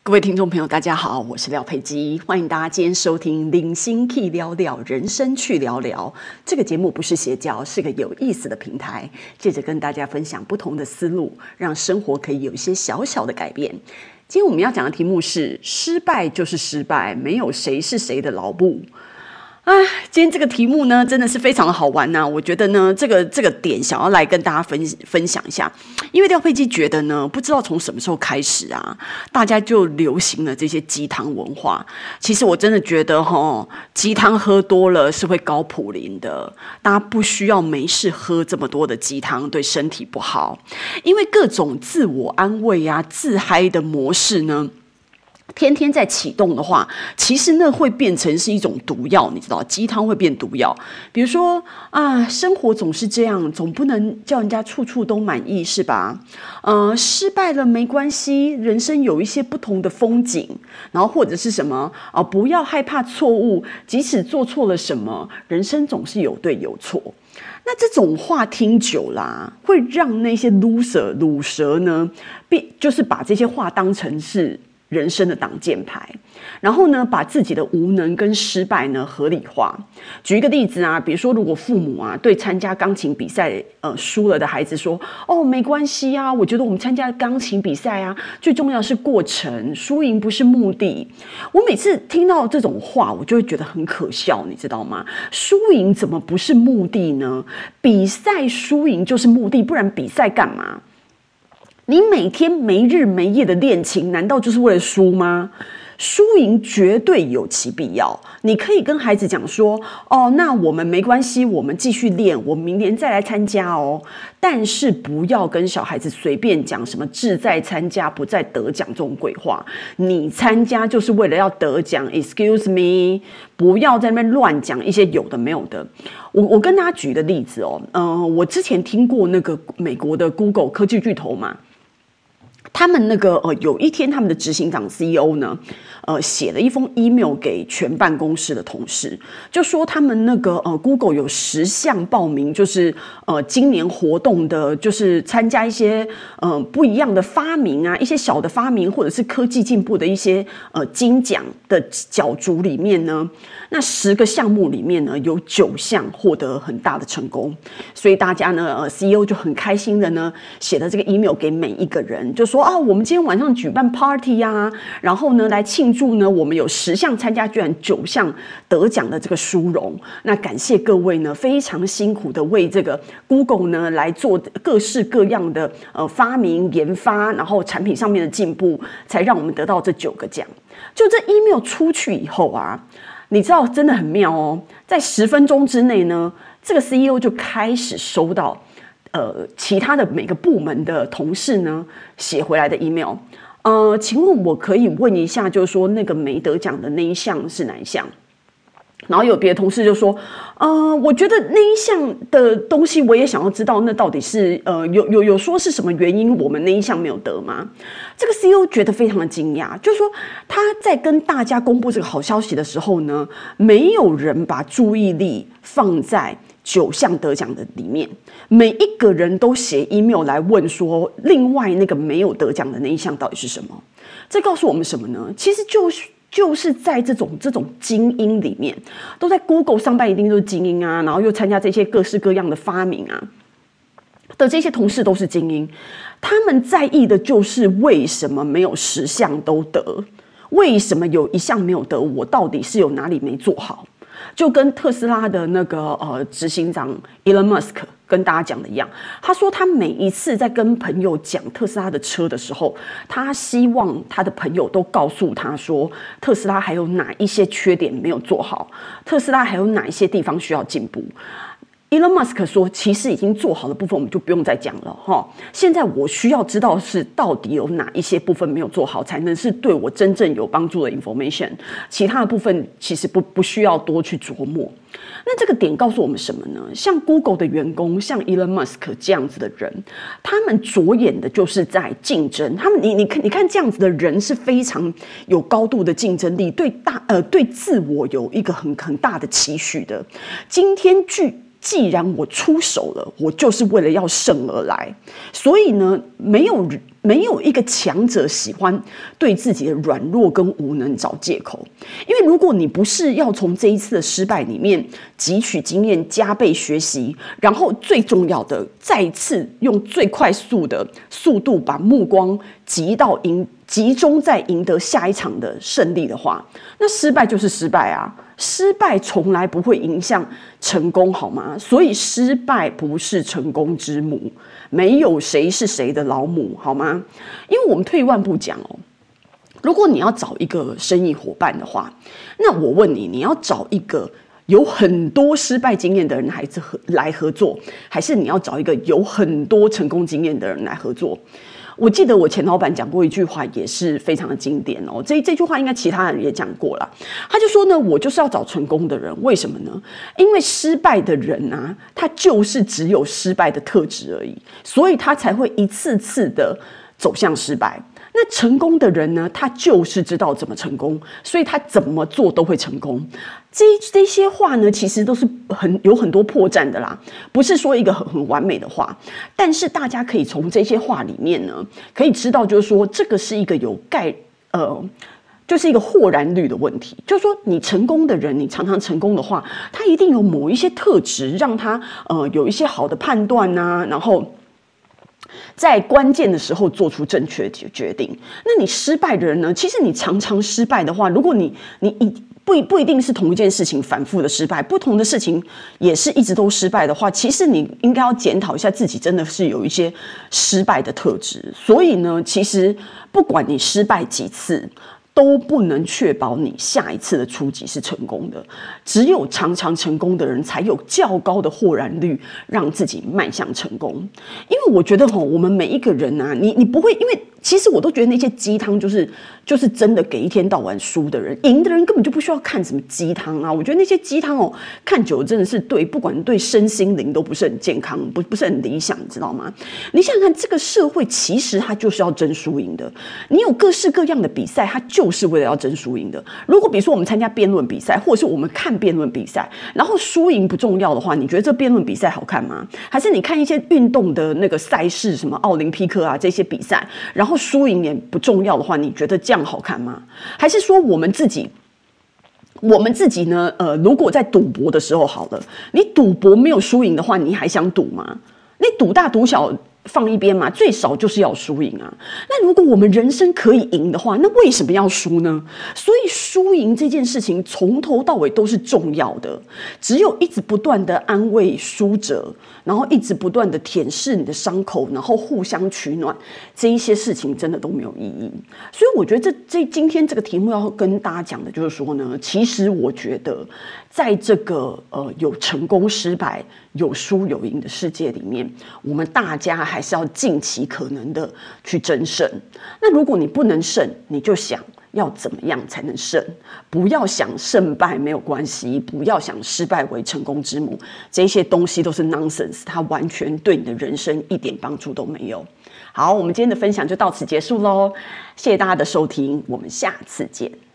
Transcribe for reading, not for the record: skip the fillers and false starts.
各位听众朋友，大家好，我是廖佩基，欢迎大家今天收听《零星 Key 聊聊人生去聊聊》。这个节目不是邪教，是个有意思的平台，借着跟大家分享不同的思路，让生活可以有一些小小的改变。今天我们要讲的题目是：失败就是失败，没有谁是谁的老布。今天这个题目呢，真的是非常的好玩呐！我觉得呢，这个点想要来跟大家分享一下，因为廖佩基觉得呢，不知道从什么时候开始啊，大家就流行了这些鸡汤文化。其实我真的觉得鸡汤喝多了是会高普林的，大家不需要没事喝这么多的鸡汤，对身体不好。因为各种自我安慰啊、自嗨的模式呢，天天在启动的话，其实那会变成是一种毒药，你知道，鸡汤会变毒药。比如说生活总是这样，总不能叫人家处处都满意，是吧？失败了没关系，人生有一些不同的风景。然后或者是什么不要害怕错误，即使做错了什么，人生总是有对有错。那这种话听久了会让那些 loser 鲁蛇呢，就是把这些话当成是人生的挡箭牌，然后呢，把自己的无能跟失败呢合理化。举一个例子比如说，如果父母对参加钢琴比赛输了的孩子说：“没关系啊，我觉得我们参加钢琴比赛最重要的是过程，输赢不是目的。”我每次听到这种话，我就会觉得很可笑，你知道吗？输赢怎么不是目的呢？比赛输赢就是目的，不然比赛干嘛？你每天没日没夜的练琴，难道就是为了输吗？输赢绝对有其必要。你可以跟孩子讲说：“那我们没关系，我们继续练，我们明年再来参加哦。”但是不要跟小孩子随便讲什么志在参加不在得奖这种鬼话。你参加就是为了要得奖 ，excuse me， 不要在那边乱讲一些有的没有的。我跟大家举的例子我之前听过那个美国的 Google 科技巨头嘛。他们有一天，他们的执行长 CEO 呢，写了一封 email 给全办公室的同事，就说他们Google 有10项报名，就是今年活动的，就是参加一些不一样的发明一些小的发明或者是科技进步的一些金奖的角逐里面呢，那10个项目里面呢，有9项获得很大的成功，所以大家呢CEO 就很开心的呢，写了这个 email 给每一个人，就说我们今天晚上举办 party 然后呢来庆祝呢，我们有10项参加，居然9项得奖的这个殊荣。那感谢各位呢，非常辛苦的为这个 Google 呢来做各式各样的发明研发，然后产品上面的进步，才让我们得到这9个奖。就这 email 出去以后你知道真的很妙在10分钟之内呢，这个 CEO 就开始收到其他的每个部门的同事呢写回来的 email，请问我可以问一下，就是说那个没得奖的那一项是哪一项？然后有别的同事就说，我觉得那一项的东西我也想要知道，那到底是有说是什么原因我们那一项没有得吗？这个 CEO 觉得非常的惊讶，就是说他在跟大家公布这个好消息的时候呢，没有人把注意力放在9项得奖的里面，每一个人都写 email 来问说，另外那个没有得奖的那一项到底是什么？这告诉我们什么呢？其实就是在这种精英里面，都在 Google 上班，一定都是精英然后又参加这些各式各样的发明的这些同事都是精英，他们在意的就是为什么没有10项都得，为什么有1项没有得，我到底是有哪里没做好？就跟特斯拉的执行长 Elon Musk 跟大家讲的一样，他说他每一次在跟朋友讲特斯拉的车的时候，他希望他的朋友都告诉他说，特斯拉还有哪一些缺点没有做好，特斯拉还有哪一些地方需要进步。Elon Musk 说，其实已经做好的部分我们就不用再讲了现在我需要知道的是到底有哪一些部分没有做好，才能是对我真正有帮助的 information， 其他的部分其实不需要多去琢磨。那这个点告诉我们什么呢？像 Google 的员工，像 Elon Musk 这样子的人，他们着眼的就是在竞争。他们你看这样子的人是非常有高度的竞争力，对自我有一个很大的期许的。今天既然我出手了，我就是为了要胜而来，所以呢，没有没有一个强者喜欢对自己的软弱跟无能找借口，因为如果你不是要从这一次的失败里面汲取经验、加倍学习，然后最重要的再次用最快速的速度把目光集中在赢得下一场的胜利的话，那失败就是失败啊！失败从来不会影响成功，好吗？所以失败不是成功之母，没有谁是谁的老母，好吗？因为我们退一万步讲哦，如果你要找一个生意伙伴的话，那我问你，你要找一个有很多失败经验的人来合作，还是你要找一个有很多成功经验的人来合作？我记得我前老板讲过一句话，也是非常的经典哦。这句话应该其他人也讲过了。他就说呢，我就是要找成功的人，为什么呢？因为失败的人啊，他就是只有失败的特质而已，所以他才会一次次的走向失败。那成功的人呢，他就是知道怎么成功，所以他怎么做都会成功。这些话呢，其实都是有很多破绽的啦，不是说一个很完美的话。但是大家可以从这些话里面呢，可以知道，就是说这个是一个就是一个或然率的问题。就是说，你成功的人，你常常成功的话，他一定有某一些特质，让他有一些好的判断啊，然后在关键的时候做出正确的决定。那你失败的人呢？其实你常常失败的话，如果你不一定是同一件事情反复的失败，不同的事情也是一直都失败的话，其实你应该要检讨一下自己，真的是有一些失败的特质。所以呢，其实不管你失败几次，都不能确保你下一次的出击是成功的。只有常常成功的人，才有较高的或然率让自己迈向成功。因为我觉得我们每一个人啊，你不会，因为其实我都觉得那些鸡汤就是真的给一天到晚输的人，赢的人根本就不需要看什么鸡汤啊。我觉得那些鸡汤看久了真的是不管对身心灵都不是很健康，不是很理想，你知道吗？你想想看，这个社会其实它就是要争输赢的。你有各式各样的比赛，它就是为了要争输赢的。如果比如说我们参加辩论比赛，或者是我们看辩论比赛，然后输赢不重要的话，你觉得这辩论比赛好看吗？还是你看一些运动的那个赛事，什么奥林匹克啊这些比赛，然后输赢也不重要的话，你觉得这样好看吗？还是说我们自己呢？如果在赌博的时候好了，你赌博没有输赢的话，你还想赌吗？你赌大赌小放一边嘛，最少就是要输赢啊。那如果我们人生可以赢的话，那为什么要输呢？所以输赢这件事情从头到尾都是重要的，只有一直不断的安慰输者，然后一直不断的舔舐你的伤口，然后互相取暖，这一些事情真的都没有意义。所以我觉得今天这个题目要跟大家讲的就是说呢，其实我觉得在这个有成功失败、有输有赢的世界里面，我们大家还是要尽其可能的去争胜。那如果你不能胜，你就想要怎么样才能胜，不要想胜败没有关系，不要想失败为成功之母，这些东西都是 nonsense， 它完全对你的人生一点帮助都没有。好，我们今天的分享就到此结束咯，谢谢大家的收听，我们下次见。